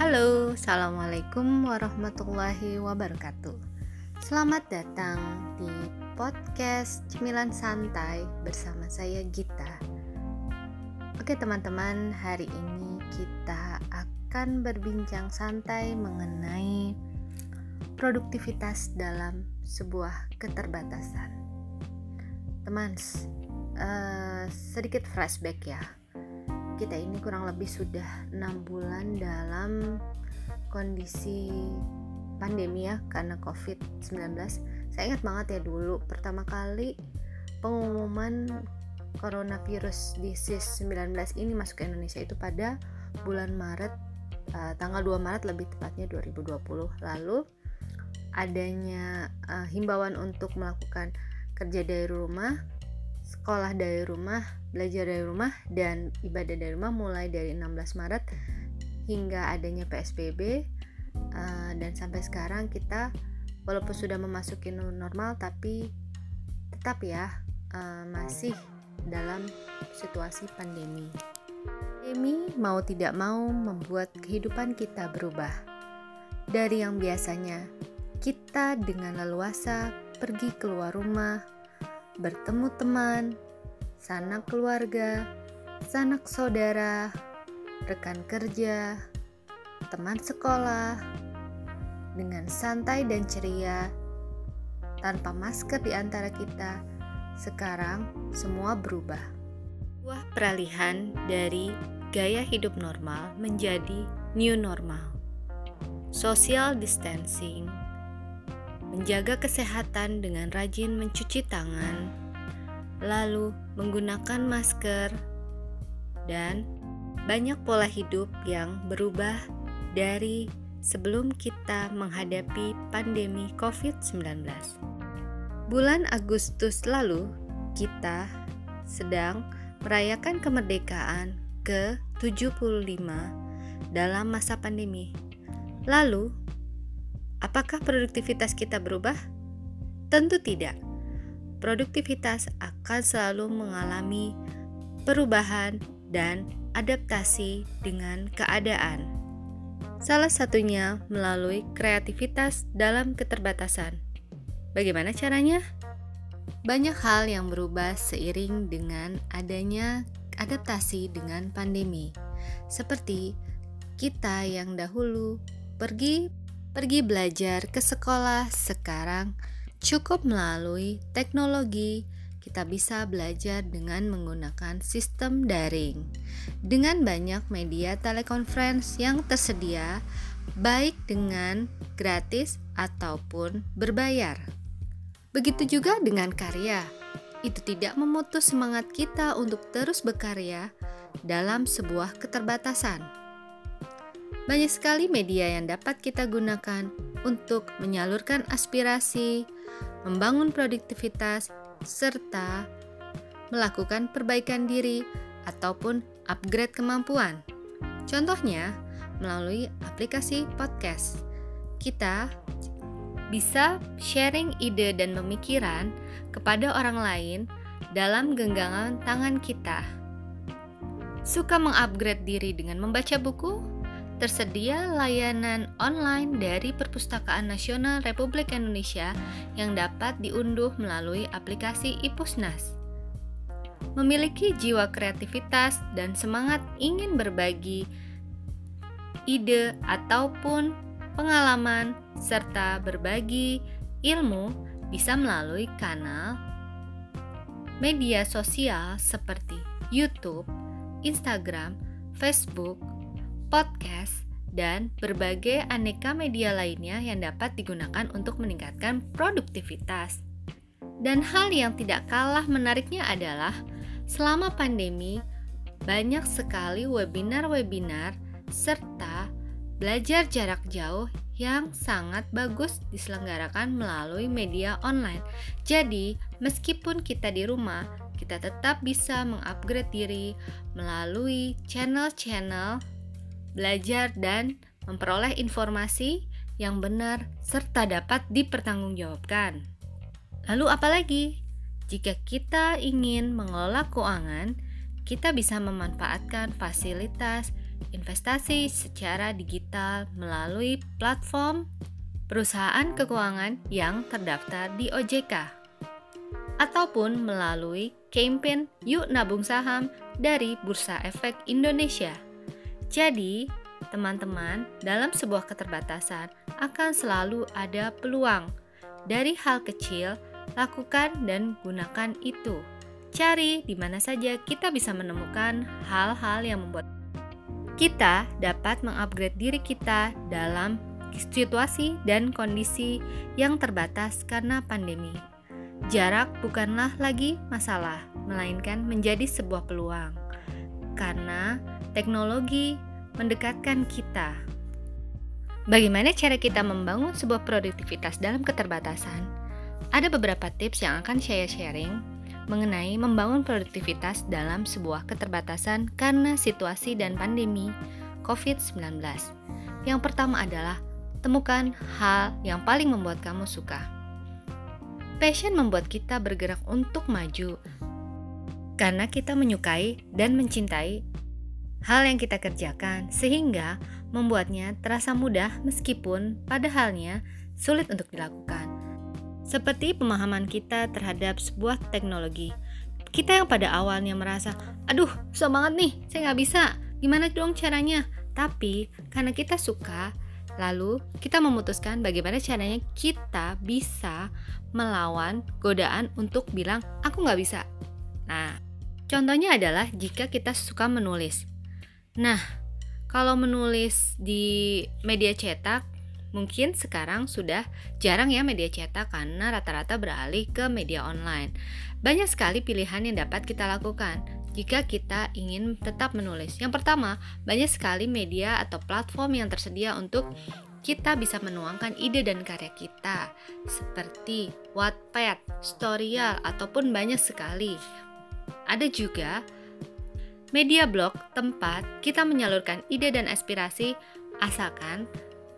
Halo, Assalamualaikum warahmatullahi wabarakatuh. Selamat datang di podcast Cemilan Santai bersama saya Gita. Oke teman-teman, hari ini kita akan berbincang santai mengenai produktivitas dalam sebuah keterbatasan. Teman, sedikit flashback ya. Kita ini kurang lebih sudah 6 bulan dalam kondisi pandemi ya, karena COVID-19. Saya ingat banget ya dulu pertama kali pengumuman coronavirus disease 19 ini masuk ke Indonesia itu pada bulan Maret, tanggal 2 Maret lebih tepatnya 2020. Lalu adanya himbauan untuk melakukan kerja dari rumah, sekolah dari rumah, belajar dari rumah, dan ibadah dari rumah mulai dari 16 Maret hingga adanya PSBB, dan sampai sekarang kita walaupun sudah memasuki new normal tapi tetap ya masih dalam situasi pandemi. Pandemi mau tidak mau membuat kehidupan kita berubah. Dari yang biasanya kita dengan leluasa pergi keluar rumah, bertemu teman, sanak keluarga, sanak saudara, rekan kerja, teman sekolah, dengan santai dan ceria, tanpa masker di antara kita. Sekarang semua berubah. Sebuah peralihan dari gaya hidup normal menjadi new normal. Social distancing, menjaga kesehatan dengan rajin mencuci tangan, lalu menggunakan masker, dan banyak pola hidup yang berubah dari sebelum kita menghadapi pandemi COVID-19. Bulan Agustus lalu, kita sedang merayakan kemerdekaan ke-75 dalam masa pandemi. Lalu, apakah produktivitas kita berubah? Tentu tidak. Produktivitas akan selalu mengalami perubahan dan adaptasi dengan keadaan. Salah satunya melalui kreativitas dalam keterbatasan. Bagaimana caranya? Banyak hal yang berubah seiring dengan adanya adaptasi dengan pandemi. Seperti kita yang dahulu pergi belajar ke sekolah, sekarang cukup melalui teknologi. Kita bisa belajar dengan menggunakan sistem daring dengan banyak media telekonferensi yang tersedia, baik dengan gratis ataupun berbayar. Begitu juga dengan karya. Itu tidak memutus semangat kita untuk terus berkarya dalam sebuah keterbatasan. Banyak sekali media yang dapat kita gunakan untuk menyalurkan aspirasi, membangun produktivitas, serta melakukan perbaikan diri ataupun upgrade kemampuan. Contohnya, melalui aplikasi podcast. Kita bisa sharing ide dan pemikiran kepada orang lain dalam genggaman tangan kita. Suka mengupgrade diri dengan membaca buku? Tersedia layanan online dari Perpustakaan Nasional Republik Indonesia yang dapat diunduh melalui aplikasi iPusnas. Memiliki jiwa kreativitas dan semangat ingin berbagi ide ataupun pengalaman serta berbagi ilmu bisa melalui kanal media sosial seperti YouTube, Instagram, Facebook, podcast, dan berbagai aneka media lainnya yang dapat digunakan untuk meningkatkan produktivitas. Dan hal yang tidak kalah menariknya adalah selama pandemi banyak sekali webinar-webinar serta belajar jarak jauh yang sangat bagus diselenggarakan melalui media online. Jadi, meskipun kita di rumah, kita tetap bisa mengupgrade diri melalui channel-channel belajar dan memperoleh informasi yang benar serta dapat dipertanggungjawabkan. Lalu apalagi? Jika kita ingin mengelola keuangan, kita bisa memanfaatkan fasilitas investasi secara digital melalui platform perusahaan keuangan yang terdaftar di OJK, ataupun melalui campaign Yuk Nabung Saham dari Bursa Efek Indonesia. Jadi, teman-teman, dalam sebuah keterbatasan akan selalu ada peluang. Dari hal kecil, lakukan dan gunakan itu. Cari di mana saja kita bisa menemukan hal-hal yang membuat kita dapat mengupgrade diri kita dalam situasi dan kondisi yang terbatas karena pandemi. Jarak bukanlah lagi masalah, melainkan menjadi sebuah peluang. Karena teknologi mendekatkan kita. Bagaimana cara kita membangun sebuah produktivitas dalam keterbatasan? Ada beberapa tips yang akan saya sharing mengenai membangun produktivitas dalam sebuah keterbatasan karena situasi dan pandemi COVID-19. Yang pertama adalah temukan hal yang paling membuat kamu suka. Passion membuat kita bergerak untuk maju karena kita menyukai dan mencintai hal yang kita kerjakan, sehingga membuatnya terasa mudah meskipun padahalnya sulit untuk dilakukan. Seperti pemahaman kita terhadap sebuah teknologi. Kita yang pada awalnya merasa, aduh susah banget nih, saya nggak bisa, gimana dong caranya? Tapi karena kita suka, lalu kita memutuskan bagaimana caranya kita bisa melawan godaan untuk bilang, aku nggak bisa. Nah, contohnya adalah jika kita suka menulis. Nah, kalau menulis di media cetak, mungkin sekarang sudah jarang ya media cetak karena rata-rata beralih ke media online. Banyak sekali pilihan yang dapat kita lakukan jika kita ingin tetap menulis. Yang pertama, banyak sekali media atau platform yang tersedia untuk kita bisa menuangkan ide dan karya kita, seperti Wattpad, Storyal, ataupun banyak sekali. Ada juga media blog, tempat kita menyalurkan ide dan aspirasi asalkan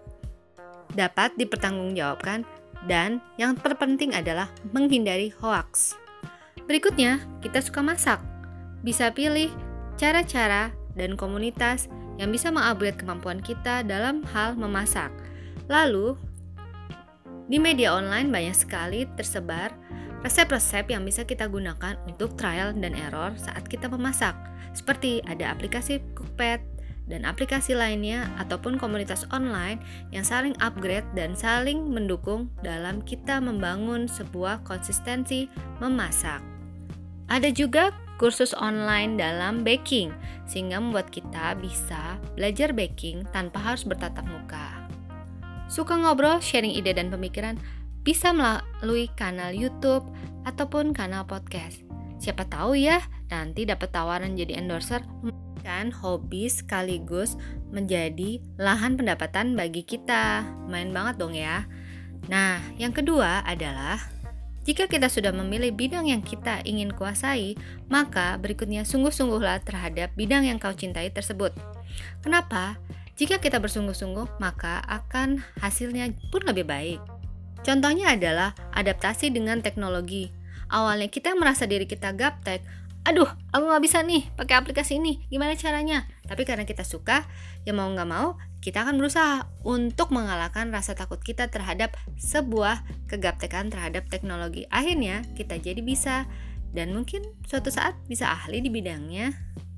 dapat dipertanggungjawabkan, dan yang terpenting adalah menghindari hoaks. Berikutnya, kita suka masak. Bisa pilih cara-cara dan komunitas yang bisa mengupgrade kemampuan kita dalam hal memasak. Lalu, di media online banyak sekali tersebar resep-resep yang bisa kita gunakan untuk trial dan error saat kita memasak. Seperti ada aplikasi Cookpad dan aplikasi lainnya ataupun komunitas online yang saling upgrade dan saling mendukung dalam kita membangun sebuah konsistensi memasak. Ada juga kursus online dalam baking, sehingga membuat kita bisa belajar baking tanpa harus bertatap muka. Suka ngobrol, sharing ide dan pemikiran, bisa melalui kanal YouTube ataupun kanal podcast. Siapa tahu ya, nanti dapat tawaran jadi endorser, kan hobi sekaligus menjadi lahan pendapatan bagi kita. Main banget dong ya. Nah, yang kedua adalah jika kita sudah memilih bidang yang kita ingin kuasai, maka berikutnya sungguh-sungguhlah terhadap bidang yang kau cintai tersebut. Kenapa? Jika kita bersungguh-sungguh, maka akan hasilnya pun lebih baik. Contohnya adalah adaptasi dengan teknologi. Awalnya kita merasa diri kita gaptek, aduh, aku nggak bisa nih pakai aplikasi ini, gimana caranya? Tapi karena kita suka, ya mau nggak mau, kita akan berusaha untuk mengalahkan rasa takut kita terhadap sebuah kegaptekan terhadap teknologi. Akhirnya kita jadi bisa, dan mungkin suatu saat bisa ahli di bidangnya.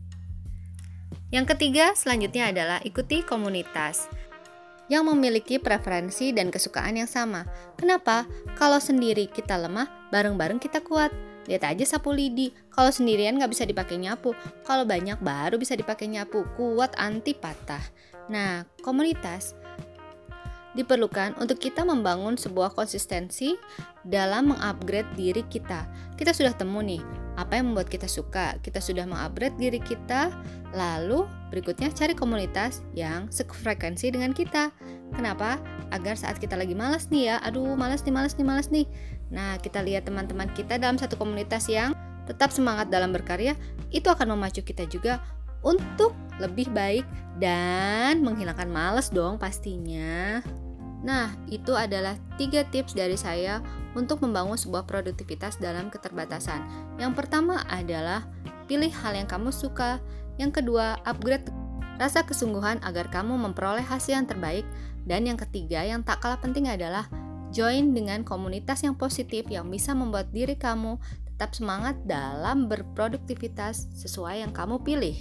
Yang ketiga selanjutnya adalah ikuti komunitas yang memiliki preferensi dan kesukaan yang sama. Kenapa? Kalau sendiri kita lemah, bareng-bareng kita kuat. Lihat aja sapu lidi, kalau sendirian nggak bisa dipakai nyapu, kalau banyak baru bisa dipakai nyapu, kuat anti patah. Nah, komunitas diperlukan untuk kita membangun sebuah konsistensi dalam mengupgrade diri kita. Kita sudah temu nih, apa yang membuat kita suka, kita sudah mengupgrade diri kita, lalu berikutnya cari komunitas yang sefrekuensi dengan kita. Kenapa? Agar saat kita lagi malas nih ya, aduh malas nih. Nah, kita lihat teman-teman kita dalam satu komunitas yang tetap semangat dalam berkarya, itu akan memacu kita juga untuk lebih baik dan menghilangkan malas dong pastinya. Nah, itu adalah 3 tips dari saya untuk membangun sebuah produktivitas dalam keterbatasan. Yang pertama adalah pilih hal yang kamu suka. Yang kedua, upgrade rasa kesungguhan agar kamu memperoleh hasil yang terbaik. Dan yang ketiga yang tak kalah penting adalah join dengan komunitas yang positif yang bisa membuat diri kamu tetap semangat dalam berproduktivitas sesuai yang kamu pilih.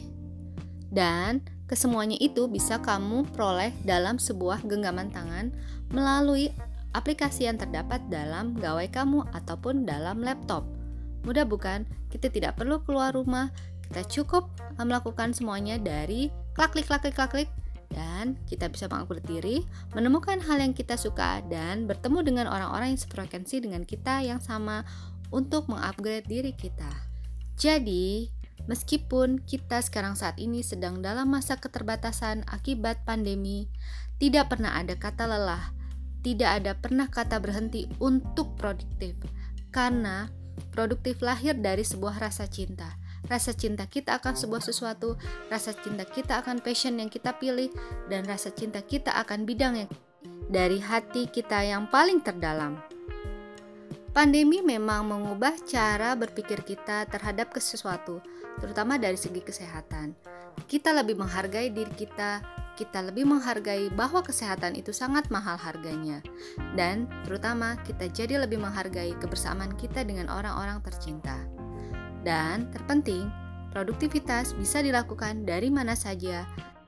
Dan kesemuanya itu bisa kamu peroleh dalam sebuah genggaman tangan melalui aplikasi yang terdapat dalam gawai kamu ataupun dalam laptop. Mudah bukan? Kita tidak perlu keluar rumah, kita cukup melakukan semuanya dari klik, dan kita bisa mengupgrade diri, menemukan hal yang kita suka, dan bertemu dengan orang-orang yang sefrekuensi dengan kita yang sama untuk mengupgrade diri kita. Jadi, meskipun kita sekarang saat ini sedang dalam masa keterbatasan akibat pandemi, tidak pernah ada kata lelah, tidak ada pernah kata berhenti untuk produktif, karena produktif lahir dari sebuah rasa cinta. Rasa cinta kita akan sebuah sesuatu, rasa cinta kita akan passion yang kita pilih, dan rasa cinta kita akan bidang yang dari hati kita yang paling terdalam. Pandemi memang mengubah cara berpikir kita terhadap sesuatu, terutama dari segi kesehatan. Kita lebih menghargai diri kita lebih menghargai bahwa kesehatan itu sangat mahal harganya. Dan terutama kita jadi lebih menghargai kebersamaan kita dengan orang-orang tercinta. Dan terpenting, produktivitas bisa dilakukan dari mana saja.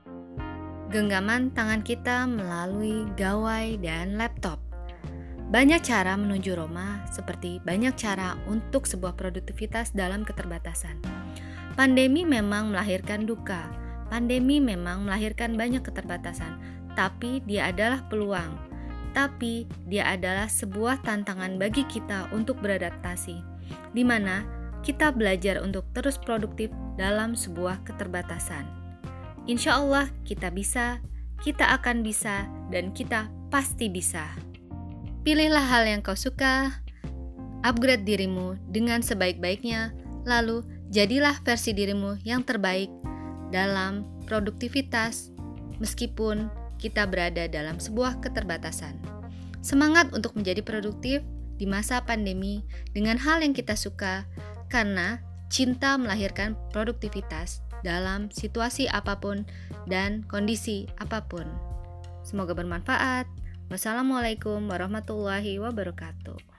Genggaman tangan kita melalui gawai dan laptop. Banyak cara menuju Roma, seperti banyak cara untuk sebuah produktivitas dalam keterbatasan. Pandemi memang melahirkan duka, pandemi memang melahirkan banyak keterbatasan, tapi dia adalah peluang. Tapi dia adalah sebuah tantangan bagi kita untuk beradaptasi, di mana kita belajar untuk terus produktif dalam sebuah keterbatasan. Insya Allah kita bisa, kita akan bisa, dan kita pasti bisa. Pilihlah hal yang kau suka, upgrade dirimu dengan sebaik-baiknya, lalu jadilah versi dirimu yang terbaik dalam produktivitas meskipun kita berada dalam sebuah keterbatasan. Semangat untuk menjadi produktif di masa pandemi dengan hal yang kita suka, karena cinta melahirkan produktivitas dalam situasi apapun dan kondisi apapun. Semoga bermanfaat. Wassalamualaikum warahmatullahi wabarakatuh.